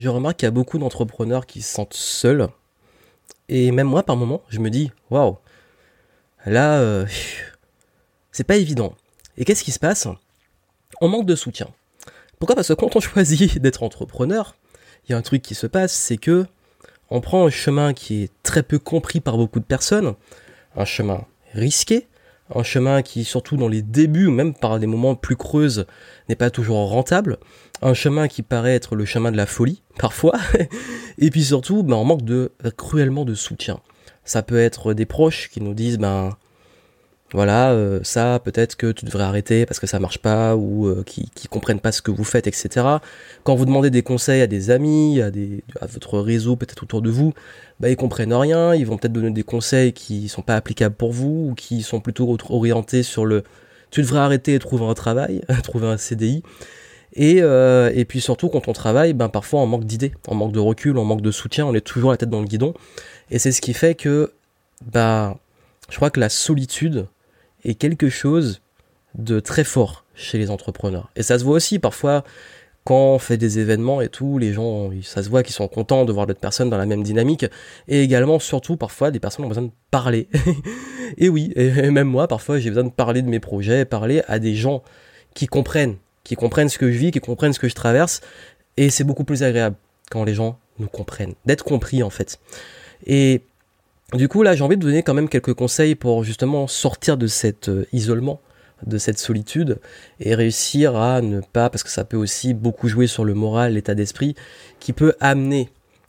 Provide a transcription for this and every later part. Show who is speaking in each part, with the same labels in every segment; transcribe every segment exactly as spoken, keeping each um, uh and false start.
Speaker 1: Je remarque qu'il y a beaucoup d'entrepreneurs qui se sentent seuls. Et même moi, par moment, je me dis, waouh, là, euh, c'est pas évident. Et qu'est-ce qui se passe? On manque de soutien. Pourquoi? Parce que quand on choisit d'être entrepreneur, il y a un truc qui se passe, c'est que on prend un chemin qui est très peu compris par beaucoup de personnes, un chemin risqué, un chemin qui, surtout dans les débuts, ou même par des moments plus creuses, n'est pas toujours rentable, un chemin qui paraît être le chemin de la folie, parfois, et puis surtout, ben, on manque de, cruellement de soutien. Ça peut être des proches qui nous disent, ben, voilà, euh, ça, peut-être que tu devrais arrêter parce que ça marche pas, ou euh, qui, qui comprennent pas ce que vous faites, et cetera. Quand vous demandez des conseils à des amis, à, des, à votre réseau peut-être autour de vous, bah, ils comprennent rien, ils vont peut-être donner des conseils qui sont pas applicables pour vous, ou qui sont plutôt orientés sur le tu devrais arrêter et trouver un travail, trouver un C D I. Et, euh, et puis surtout, quand on travaille, ben, parfois on manque d'idées, on manque de recul, on manque de soutien, on est toujours la tête dans le guidon. Et c'est ce qui fait que, bah, je crois que la solitude est quelque chose de très fort chez les entrepreneurs. Et ça se voit aussi parfois quand on fait des événements et tout, les gens, ça se voit qu'ils sont contents de voir d'autres personnes dans la même dynamique. Et également, surtout, parfois, des personnes ont besoin de parler. Et oui, et même moi, parfois, j'ai besoin de parler de mes projets, parler à des gens qui comprennent, qui comprennent ce que je vis, qui comprennent ce que je traverse. Et c'est beaucoup plus agréable quand les gens nous comprennent, d'être compris en fait. Et du coup, là, j'ai envie de donner quand même quelques conseils pour justement sortir de cet euh, isolement, de cette solitude, et réussir à ne pas, parce que ça peut aussi beaucoup jouer sur le moral, l'état d'esprit, qui peut amener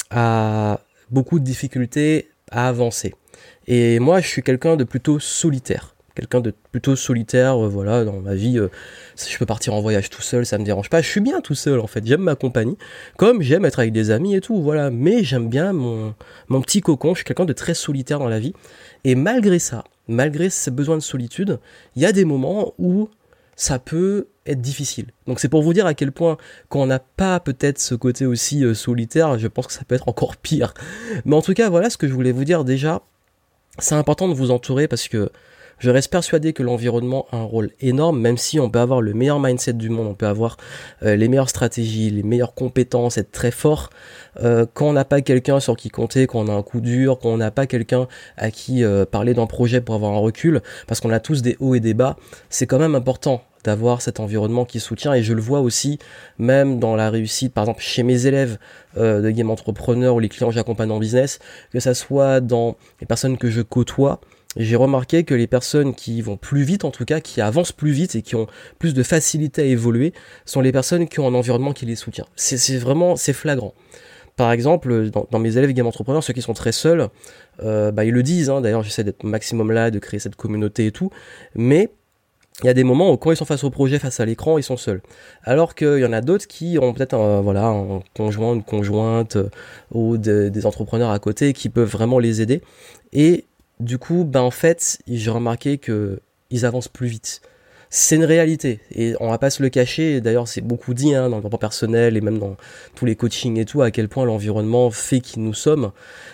Speaker 1: à beaucoup de difficultés à avancer. Et moi, je suis quelqu'un de plutôt solitaire. Quelqu'un de plutôt solitaire, euh, voilà, dans ma vie, euh, si je peux partir en voyage tout seul, ça me dérange pas. Je suis bien tout seul, en fait. J'aime ma compagnie, comme j'aime être avec des amis et tout, voilà. Mais j'aime bien mon, mon petit cocon. Je suis quelqu'un de très solitaire dans la vie. Et malgré ça, malgré ce besoin de solitude, il y a des moments où ça peut être difficile. Donc c'est pour vous dire à quel point, quand on n'a pas peut-être ce côté aussi euh, solitaire, je pense que ça peut être encore pire. Mais en tout cas, voilà ce que je voulais vous dire déjà. C'est important de vous entourer parce que je reste persuadé que l'environnement a un rôle énorme, même si on peut avoir le meilleur mindset du monde, on peut avoir euh, les meilleures stratégies, les meilleures compétences, être très fort. Euh, quand on n'a pas quelqu'un sur qui compter, quand on a un coup dur, quand on n'a pas quelqu'un à qui euh, parler d'un projet pour avoir un recul, parce qu'on a tous des hauts et des bas, c'est quand même important d'avoir cet environnement qui soutient. Et je le vois aussi même dans la réussite, par exemple chez mes élèves euh, de Game Entrepreneur ou les clients que j'accompagne en business, que ça soit dans les personnes que je côtoie. J'ai remarqué que les personnes qui vont plus vite, en tout cas, qui avancent plus vite et qui ont plus de facilité à évoluer, sont les personnes qui ont un environnement qui les soutient. C'est, c'est vraiment, c'est flagrant. Par exemple, dans, dans mes élèves Game Entrepreneurs, ceux qui sont très seuls, euh, bah, ils le disent, hein, d'ailleurs j'essaie d'être au maximum là, de créer cette communauté et tout, mais il y a des moments où quand ils sont face au projet, face à l'écran, ils sont seuls. Alors qu'il y en a d'autres qui ont peut-être un, voilà, un conjoint, une conjointe euh, ou de, des entrepreneurs à côté qui peuvent vraiment les aider. Et du coup, ben en fait, j'ai remarqué que ils avancent plus vite. C'est une réalité et on va pas se le cacher. D'ailleurs, c'est beaucoup dit hein, dans le développement personnel et même dans tous les coachings et tout, à quel point l'environnement fait qui nous sommes.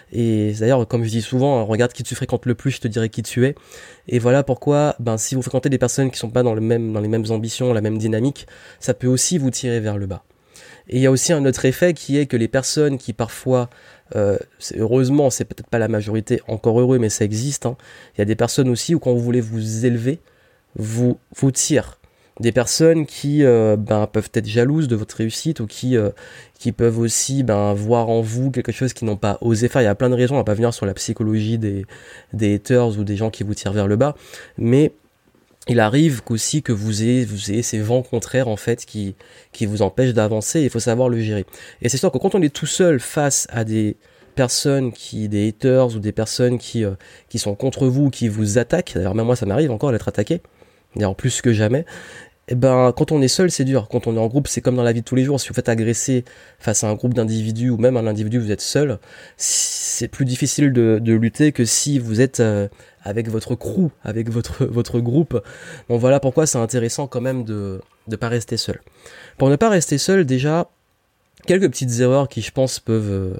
Speaker 1: Et d'ailleurs, comme je dis souvent, regarde qui tu fréquentes le plus, je te dirai qui tu es. Et voilà pourquoi, ben si vous fréquentez des personnes qui sont pas dans le même, dans les mêmes ambitions, la même dynamique, ça peut aussi vous tirer vers le bas. Et il y a aussi un autre effet qui est que les personnes qui parfois, euh, c'est, heureusement, c'est peut-être pas la majorité, encore heureux, mais ça existe. Hein. Il y a des personnes aussi où quand vous voulez vous élever, vous vous tirent. Des personnes qui euh, ben, peuvent être jalouses de votre réussite ou qui, euh, qui peuvent aussi ben, voir en vous quelque chose qu'ils n'ont pas osé faire. Il y a plein de raisons, on va pas venir sur la psychologie des, des haters ou des gens qui vous tirent vers le bas, mais il arrive qu'aussi que vous ayez, vous ayez ces vents contraires en fait qui, qui vous empêchent d'avancer et il faut savoir le gérer. Et c'est sûr que quand on est tout seul face à des personnes qui, des haters ou des personnes qui, euh, qui sont contre vous, qui vous attaquent, d'ailleurs même moi ça m'arrive encore d'être attaqué, d'ailleurs plus que jamais, et ben quand on est seul c'est dur, quand on est en groupe c'est comme dans la vie de tous les jours, si vous faites agresser face à un groupe d'individus ou même un individu vous êtes seul, c'est plus difficile de, de lutter que si vous êtes euh, avec votre crew, avec votre, votre groupe. Donc voilà pourquoi c'est intéressant quand même de ne pas rester seul. Pour ne pas rester seul, déjà, quelques petites erreurs qui je pense peuvent euh,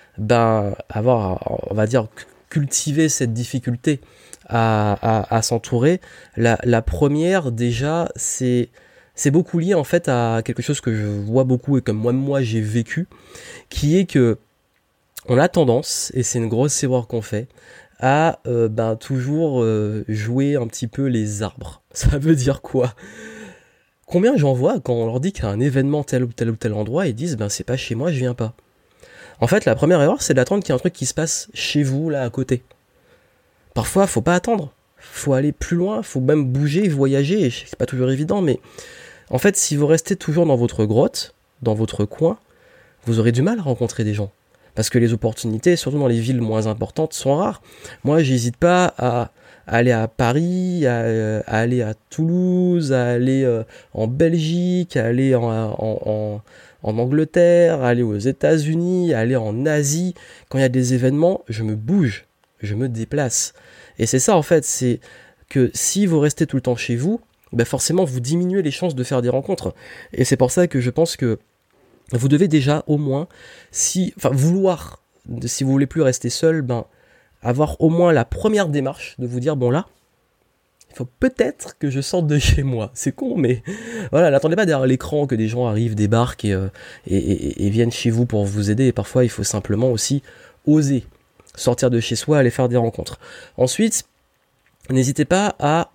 Speaker 1: ben, avoir, on va dire, cultiver cette difficulté à, à, à s'entourer. La, la première, déjà, c'est, c'est beaucoup lié en fait à quelque chose que je vois beaucoup et comme moi moi j'ai vécu, qui est que on a tendance, et c'est une grosse erreur qu'on fait, à euh, ben, toujours euh, jouer un petit peu les arbres. Ça veut dire quoi? Combien j'en vois quand on leur dit qu'il y a un événement tel ou tel ou tel endroit, ils disent ben c'est pas chez moi, je viens pas. En fait, la première erreur, c'est d'attendre qu'il y ait un truc qui se passe chez vous, là, à côté. Parfois, faut pas attendre. Faut aller plus loin, faut même bouger, voyager. C'est pas toujours évident, mais en fait, si vous restez toujours dans votre grotte, dans votre coin, vous aurez du mal à rencontrer des gens. Parce que les opportunités, surtout dans les villes moins importantes, sont rares. Moi, j'hésite pas à aller à Paris, à, à aller à Toulouse, à aller euh, en Belgique, à aller en, en, en, en Angleterre, à aller aux États-Unis, à aller en Asie. Quand il y a des événements, je me bouge, je me déplace. Et c'est ça, en fait, c'est que si vous restez tout le temps chez vous, ben forcément, vous diminuez les chances de faire des rencontres. Et c'est pour ça que je pense que vous devez déjà au moins, si, enfin vouloir, si vous voulez plus rester seul, ben avoir au moins la première démarche de vous dire bon là, il faut peut-être que je sorte de chez moi. C'est con, mais voilà, n'attendez pas derrière l'écran que des gens arrivent, débarquent et, euh, et, et, et viennent chez vous pour vous aider. Et parfois, il faut simplement aussi oser sortir de chez soi, aller faire des rencontres. Ensuite, n'hésitez pas à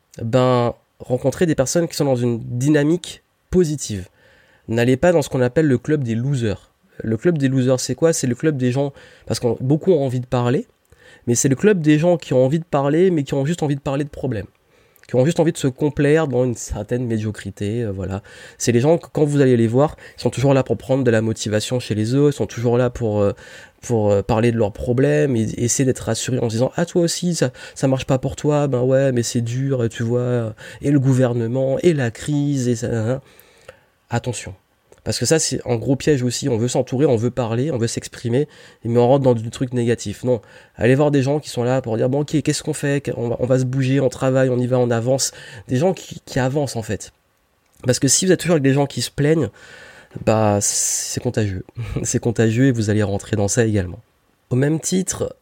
Speaker 1: ben rencontrer des personnes qui sont dans une dynamique positive. N'allez pas dans ce qu'on appelle le club des losers. Le club des losers, c'est quoi? C'est le club des gens, parce que beaucoup ont envie de parler, mais c'est le club des gens qui ont envie de parler, mais qui ont juste envie de parler de problèmes. Qui ont juste envie de se complaire dans une certaine médiocrité, euh, voilà. C'est les gens que, quand vous allez les voir, ils sont toujours là pour prendre de la motivation chez les autres, ils sont toujours là pour, euh, pour euh, parler de leurs problèmes, et essayer d'être rassurés en se disant « Ah, toi aussi, ça, ça marche pas pour toi, ben ouais, mais c'est dur, tu vois, et le gouvernement, et la crise, et ça... » Attention. Parce que ça, c'est un gros piège aussi. On veut s'entourer, on veut parler, on veut s'exprimer, mais on rentre dans du truc négatif. Non. Allez voir des gens qui sont là pour dire, bon, ok, qu'est-ce qu'on fait? On va, on va se bouger, on travaille, on y va, on avance. Des gens qui, qui avancent, en fait. Parce que si vous êtes toujours avec des gens qui se plaignent, bah, c'est contagieux. C'est contagieux et vous allez rentrer dans ça également. Au même titre,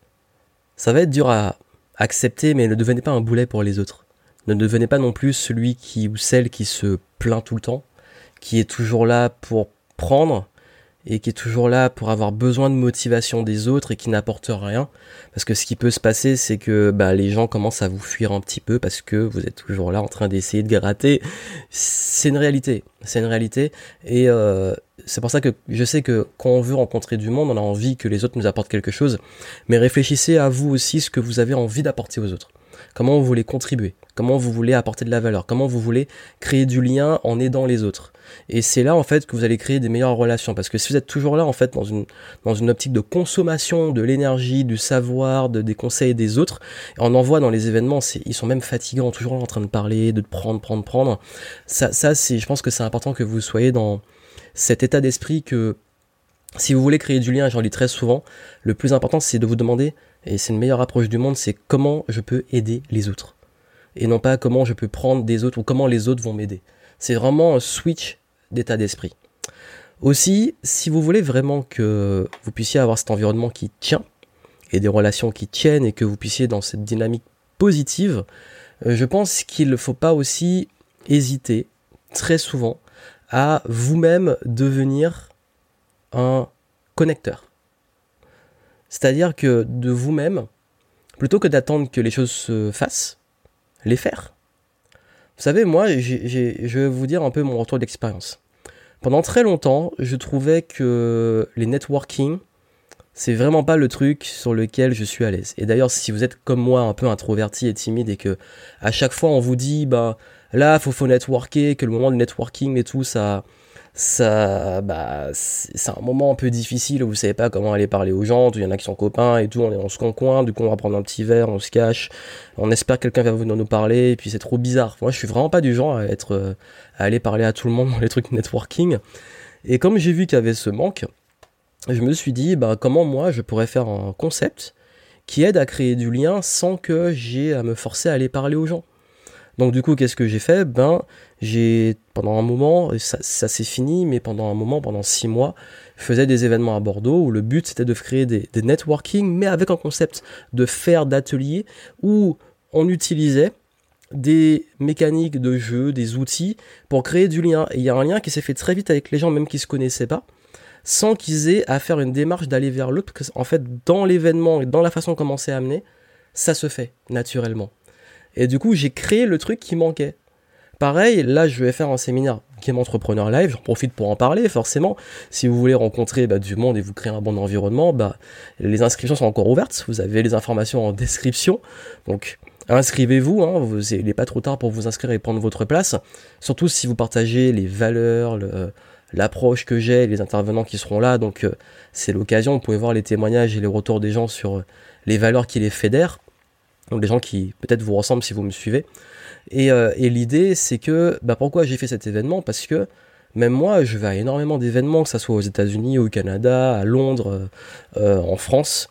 Speaker 1: ça va être dur à accepter, mais ne devenez pas un boulet pour les autres. Ne devenez pas non plus celui qui ou celle qui se plaint tout le temps, qui est toujours là pour prendre et qui est toujours là pour avoir besoin de motivation des autres et qui n'apporte rien. Parce que ce qui peut se passer, c'est que bah, les gens commencent à vous fuir un petit peu parce que vous êtes toujours là en train d'essayer de gratter. C'est une réalité, c'est une réalité. Et euh, c'est pour ça que je sais que quand on veut rencontrer du monde, on a envie que les autres nous apportent quelque chose. Mais réfléchissez à vous aussi ce que vous avez envie d'apporter aux autres. Comment vous voulez contribuer, comment vous voulez apporter de la valeur, comment vous voulez créer du lien en aidant les autres. Et c'est là en fait que vous allez créer des meilleures relations, parce que si vous êtes toujours là en fait dans une, dans une optique de consommation de l'énergie, du savoir, de, des conseils des autres, et on en voit dans les événements, c'est, ils sont même fatigants, toujours là en train de parler, de prendre, prendre, prendre. Ça, ça c'est, je pense que c'est important que vous soyez dans cet état d'esprit que si vous voulez créer du lien, et j'en dis très souvent, le plus important c'est de vous demander, et c'est une meilleure approche du monde, c'est comment je peux aider les autres. Et non pas comment je peux prendre des autres ou comment les autres vont m'aider. C'est vraiment un switch d'état d'esprit. Aussi, si vous voulez vraiment que vous puissiez avoir cet environnement qui tient, et des relations qui tiennent, et que vous puissiez dans cette dynamique positive, je pense qu'il ne faut pas aussi hésiter, très souvent, à vous-même devenir un connecteur. C'est-à-dire que de vous-même, plutôt que d'attendre que les choses se fassent, les faire. Vous savez, moi, j'ai, j'ai, je vais vous dire un peu mon retour d'expérience. Pendant très longtemps, je trouvais que les networking, c'est vraiment pas le truc sur lequel je suis à l'aise. Et d'ailleurs, si vous êtes comme moi, un peu introverti et timide, et que à chaque fois on vous dit, bah là, faut faut networker, que le moment de networking et tout, ça... ça bah c'est un moment un peu difficile où vous savez pas comment aller parler aux gens, il y en a qui sont copains et tout, on est dans ce coin, du coup on va prendre un petit verre, on se cache, on espère que quelqu'un va venir nous parler, et puis c'est trop bizarre. Moi je suis vraiment pas du genre à être à aller parler à tout le monde dans les trucs networking, et comme j'ai vu qu'il y avait ce manque, je me suis dit bah comment moi je pourrais faire un concept qui aide à créer du lien sans que j'ai à me forcer à aller parler aux gens. Donc du coup, qu'est-ce que j'ai fait? Ben, j'ai, pendant un moment, ça, ça s'est fini, mais pendant un moment, pendant six mois, je faisais des événements à Bordeaux où le but c'était de créer des, des networking, mais avec un concept de faire d'ateliers où on utilisait des mécaniques de jeu, des outils pour créer du lien. Et il y a un lien qui s'est fait très vite avec les gens, même qui se connaissaient pas, sans qu'ils aient à faire une démarche d'aller vers l'autre, parce qu'en fait, dans l'événement et dans la façon comment c'est amené, ça se fait naturellement. Et du coup, j'ai créé le truc qui manquait. Pareil, là, je vais faire un séminaire Game Entrepreneur Live, j'en profite pour en parler, forcément. Si vous voulez rencontrer bah, du monde et vous créer un bon environnement, bah, les inscriptions sont encore ouvertes, vous avez les informations en description, donc inscrivez-vous, hein, vous, il n'est pas trop tard pour vous inscrire et prendre votre place, surtout si vous partagez les valeurs, le, l'approche que j'ai, les intervenants qui seront là, donc euh, c'est l'occasion, vous pouvez voir les témoignages et les retours des gens sur euh, les valeurs qui les fédèrent, donc des gens qui peut-être vous ressemblent si vous me suivez. Et, euh, et l'idée, c'est que, bah pourquoi j'ai fait cet événement ? Parce que même moi, je vais à énormément d'événements, que ce soit aux États-Unis, au Canada, à Londres, euh, euh, en France.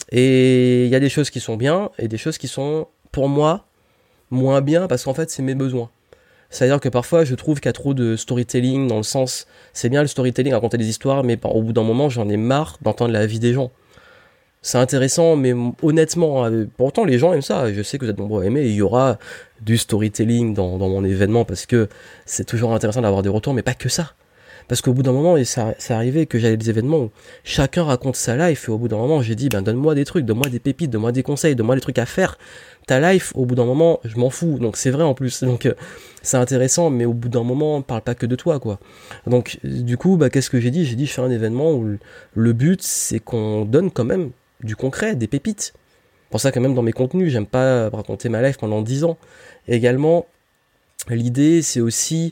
Speaker 1: Et il y a des choses qui sont bien et des choses qui sont, pour moi, moins bien parce qu'en fait, c'est mes besoins. C'est-à-dire que parfois, je trouve qu'il y a trop de storytelling dans le sens, c'est bien le storytelling, raconter des histoires, mais au bout d'un moment, j'en ai marre d'entendre la vie des gens. C'est intéressant, mais honnêtement, euh, pourtant les gens aiment ça, je sais que vous êtes nombreux à aimer, il y aura du storytelling dans, dans mon événement, parce que c'est toujours intéressant d'avoir des retours, mais pas que ça. Parce qu'au bout d'un moment, et ça, c'est arrivé que j'avais des événements où chacun raconte sa life, et au bout d'un moment, j'ai dit, ben donne-moi des trucs, donne-moi des pépites, donne-moi des conseils, donne-moi des trucs à faire. Ta life, au bout d'un moment, je m'en fous, donc c'est vrai en plus, donc euh, c'est intéressant, mais au bout d'un moment, on parle pas que de toi, quoi. Donc, du coup, bah, qu'est-ce que j'ai dit ? J'ai dit, je fais un événement où le but, c'est qu'on donne quand même du concret, des pépites. C'est pour ça que même dans mes contenus, j'aime pas raconter ma life pendant dix ans. Et également, l'idée, c'est aussi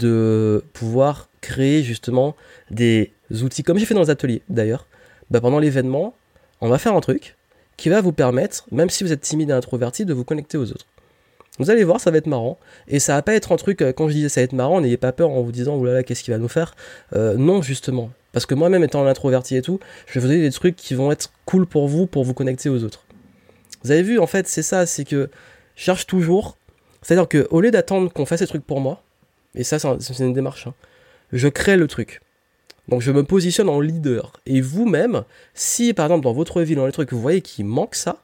Speaker 1: de pouvoir créer justement des outils, comme j'ai fait dans les ateliers d'ailleurs. Bah, pendant l'événement, on va faire un truc qui va vous permettre, même si vous êtes timide et introverti, de vous connecter aux autres. Vous allez voir, ça va être marrant. Et ça va pas être un truc, quand je disais ça va être marrant, n'ayez pas peur en vous disant, oulala, qu'est-ce qu'il va nous faire ? euh, Non, justement. Parce que moi-même, étant un introverti et tout, je vais vous donner des trucs qui vont être cool pour vous, pour vous connecter aux autres. Vous avez vu, en fait, c'est ça, c'est que je cherche toujours, c'est-à-dire qu'au lieu d'attendre qu'on fasse ces trucs pour moi, et ça, c'est, un, c'est une démarche, hein, je crée le truc. Donc je me positionne en leader. Et vous-même, si par exemple dans votre vie, dans les trucs, vous voyez qu'il manque ça,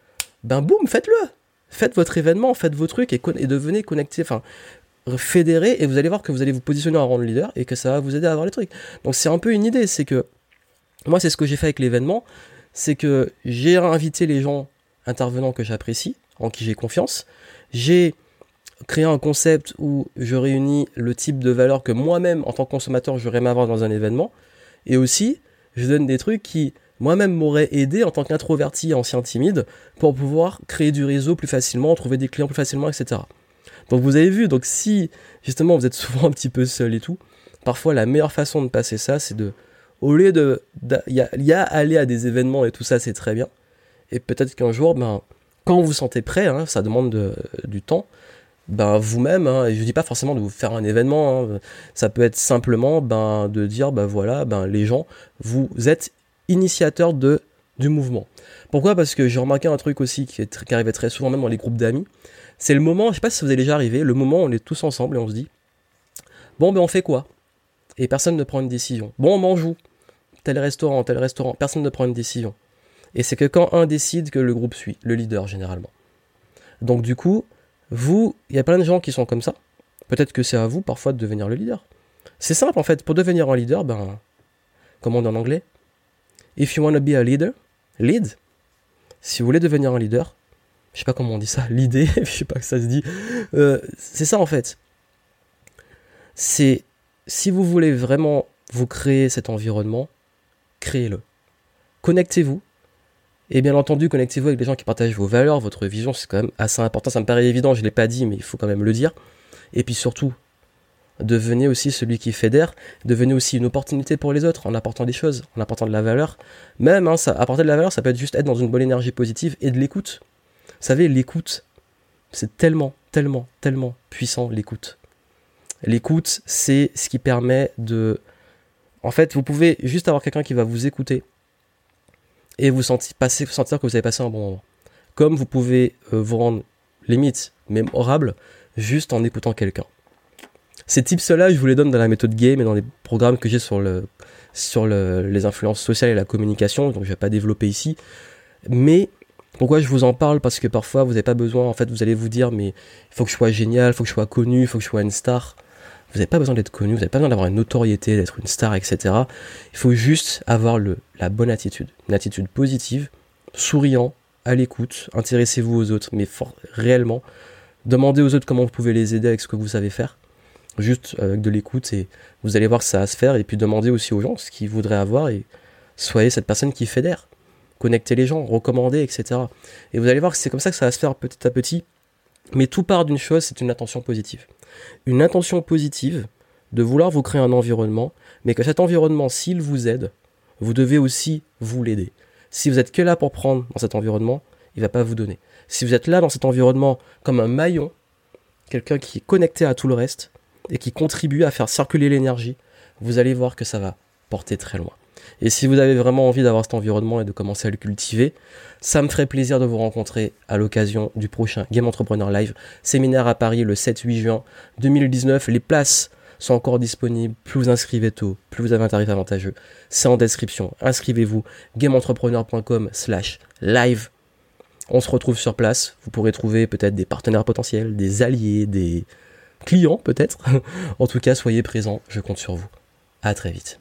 Speaker 1: ben boum, faites-le. Faites votre événement, faites vos trucs et, con- et devenez connecté, enfin, fédéré, et vous allez voir que vous allez vous positionner en rang de leader et que ça va vous aider à avoir les trucs. Donc c'est un peu une idée, c'est que moi c'est ce que j'ai fait avec l'événement, c'est que j'ai invité les gens intervenants que j'apprécie, en qui j'ai confiance, j'ai créé un concept où je réunis le type de valeur que moi-même en tant que consommateur j'aurais aimé avoir dans un événement, et aussi je donne des trucs qui moi-même m'auraient aidé en tant qu'introverti et ancien timide pour pouvoir créer du réseau plus facilement, trouver des clients plus facilement, et cetera. Donc vous avez vu, donc si justement vous êtes souvent un petit peu seul et tout, parfois la meilleure façon de passer ça, c'est de, au lieu de, il y a, y a aller à des événements et tout ça, c'est très bien, et peut-être qu'un jour, ben, quand vous vous sentez prêt, hein, ça demande de, du temps, ben vous-même, hein, et je dis pas forcément de vous faire un événement, hein, ça peut être simplement ben, de dire, ben voilà, ben les gens, vous êtes initiateurs de, du mouvement. Pourquoi ? Parce que j'ai remarqué un truc aussi qui, est, qui arrivait très souvent, même dans les groupes d'amis, c'est le moment, je sais pas si ça vous est déjà arrivé, le moment où on est tous ensemble et on se dit, bon ben on fait quoi ? Et personne ne prend une décision. Bon, on mange où ? Tel restaurant, tel restaurant, personne ne prend une décision. Et c'est que quand un décide que le groupe suit, le leader généralement. Donc du coup, vous, il y a plein de gens qui sont comme ça. Peut-être que c'est à vous parfois de devenir le leader. C'est simple en fait, pour devenir un leader, ben, comme on dit en anglais, if you want to be a leader, lead. Si vous voulez devenir un leader, je sais pas comment on dit ça, l'idée, je sais pas que ça se dit, euh, c'est ça en fait. C'est, si vous voulez vraiment vous créer cet environnement, créez-le. Connectez-vous. Et bien entendu, connectez-vous avec des gens qui partagent vos valeurs, votre vision, c'est quand même assez important. Ça me paraît évident, je ne l'ai pas dit, mais il faut quand même le dire. Et puis surtout, devenez aussi celui qui fédère, devenez aussi une opportunité pour les autres, en apportant des choses, en apportant de la valeur. Même, hein, ça, apporter de la valeur, ça peut être juste être dans une bonne énergie positive et de l'écoute. Vous savez, l'écoute, c'est tellement, tellement, tellement puissant, l'écoute. L'écoute, c'est ce qui permet de... En fait, vous pouvez juste avoir quelqu'un qui va vous écouter et vous sentir, passer, sentir que vous avez passé un bon moment. Comme vous pouvez euh, vous rendre limite mémorable juste en écoutant quelqu'un. Ces tips-là, je vous les donne dans la méthode Game et dans les programmes que j'ai sur, le, sur le, les influences sociales et la communication, donc je ne vais pas développer ici. Mais Pourquoi je vous en parle? Parce que parfois vous n'avez pas besoin, en fait vous allez vous dire mais il faut que je sois génial, il faut que je sois connu, il faut que je sois une star. Vous n'avez pas besoin d'être connu, vous n'avez pas besoin d'avoir une notoriété, d'être une star, et cetera. Il faut juste avoir le, la bonne attitude, une attitude positive, souriant, à l'écoute, intéressez-vous aux autres, mais for- réellement, demandez aux autres comment vous pouvez les aider avec ce que vous savez faire, juste avec de l'écoute, et vous allez voir que ça va se faire, et puis demandez aussi aux gens ce qu'ils voudraient avoir, et soyez cette personne qui fédère, connectez les gens, recommandez, et cetera. Et vous allez voir que c'est comme ça que ça va se faire petit à petit, mais tout part d'une chose, c'est une intention positive. Une intention positive de vouloir vous créer un environnement, mais que cet environnement, s'il vous aide, vous devez aussi vous l'aider. Si vous êtes que là pour prendre dans cet environnement, il ne va pas vous donner. Si vous êtes là dans cet environnement comme un maillon, quelqu'un qui est connecté à tout le reste et qui contribue à faire circuler l'énergie, vous allez voir que ça va porter très loin. Et si vous avez vraiment envie d'avoir cet environnement et de commencer à le cultiver, ça me ferait plaisir de vous rencontrer à l'occasion du prochain Game Entrepreneur Live, séminaire à Paris le sept huit juin deux mille dix-neuf. Les places sont encore disponibles. Plus vous inscrivez tôt, plus vous avez un tarif avantageux. C'est en description. Inscrivez-vous, gameentrepreneur.com slash live. On se retrouve sur place. Vous pourrez trouver peut-être des partenaires potentiels, des alliés, des clients peut-être. En tout cas, soyez présents. Je compte sur vous. À très vite.